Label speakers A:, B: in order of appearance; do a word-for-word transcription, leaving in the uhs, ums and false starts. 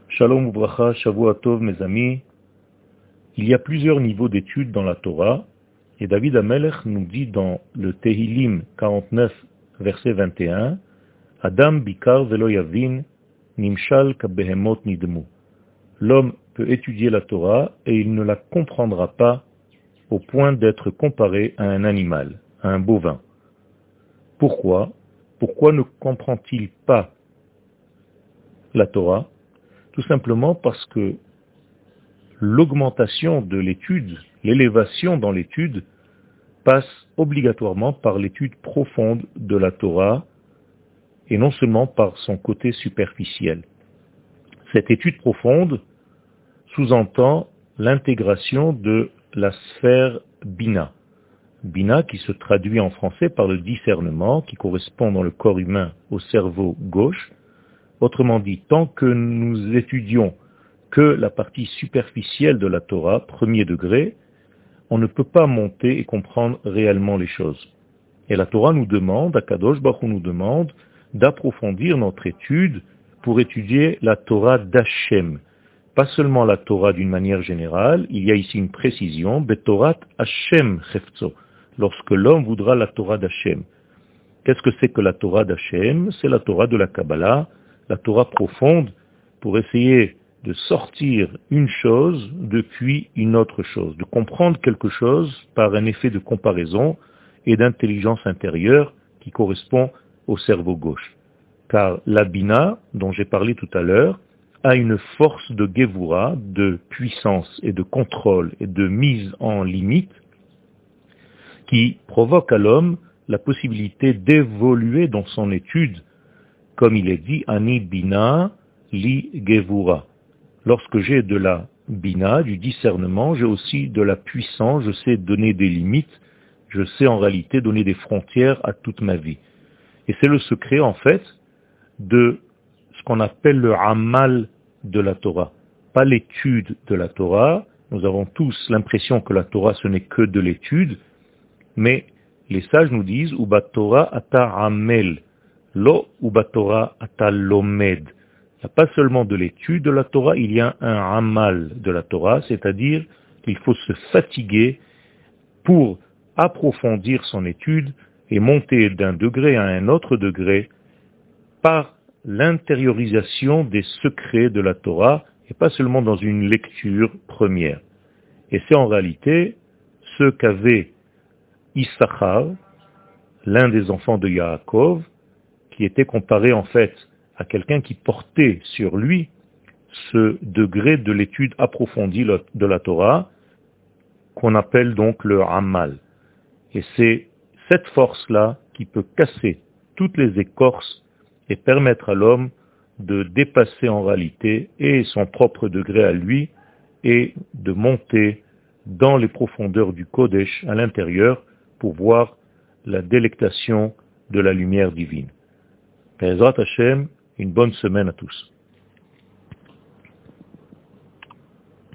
A: Shalom Ubracha, Shavua Tov, mes amis. Il y a plusieurs niveaux d'études dans la Torah, et David HaMelech nous dit dans le Tehilim quarante-neuf, verset vingt et un, Adam bikar velo yavin, nimshal kabehemot nidmu. L'homme peut étudier la Torah et il ne la comprendra pas au point d'être comparé à un animal, à un bovin. Pourquoi? Pourquoi ne comprend-il pas la Torah? Tout simplement parce que l'augmentation de l'étude, l'élévation dans l'étude, passe obligatoirement par l'étude profonde de la Torah et non seulement par son côté superficiel. Cette étude profonde sous-entend l'intégration de la sphère Bina. Bina qui se traduit en français par le discernement, qui correspond dans le corps humain au cerveau gauche. Autrement dit, tant que nous étudions que la partie superficielle de la Torah, premier degré, on ne peut pas monter et comprendre réellement les choses. Et la Torah nous demande, Akadosh Baruch Hu nous demande, d'approfondir notre étude pour étudier la Torah d'Hashem. Pas seulement la Torah d'une manière générale, il y a ici une précision, Betorat Hashem Chefzo, lorsque l'homme voudra la Torah d'Hashem. Qu'est-ce que c'est que la Torah d'Hashem? C'est la Torah de la Kabbalah, la Torah profonde, pour essayer de sortir une chose depuis une autre chose, de comprendre quelque chose par un effet de comparaison et d'intelligence intérieure qui correspond au cerveau gauche. Car la Bina, dont j'ai parlé tout à l'heure, a une force de Gevura, de puissance et de contrôle et de mise en limite qui provoque à l'homme la possibilité d'évoluer dans son étude. Comme il est dit, Ani Bina li Gevura. Lorsque j'ai de la Bina, du discernement, j'ai aussi de la puissance, je sais donner des limites, je sais en réalité donner des frontières à toute ma vie. Et c'est le secret, en fait, de ce qu'on appelle le amal de la Torah. Pas l'étude de la Torah. Nous avons tous l'impression que la Torah, ce n'est que de l'étude, mais les sages nous disent, Uba Torah ata amel. Lo uba Torah ata lomed. Il n'y a pas seulement de l'étude de la Torah, il y a un amal de la Torah, c'est-à-dire qu'il faut se fatiguer pour approfondir son étude et monter d'un degré à un autre degré par l'intériorisation des secrets de la Torah et pas seulement dans une lecture première. Et c'est en réalité ce qu'avait Issachar, l'un des enfants de Yaakov, qui était comparé en fait à quelqu'un qui portait sur lui ce degré de l'étude approfondie de la Torah, qu'on appelle donc le Amal. Et c'est cette force-là qui peut casser toutes les écorces et permettre à l'homme de dépasser en réalité et son propre degré à lui et de monter dans les profondeurs du Kodesh à l'intérieur pour voir la délectation de la lumière divine. Be'ezrat Hashem, une bonne semaine à tous.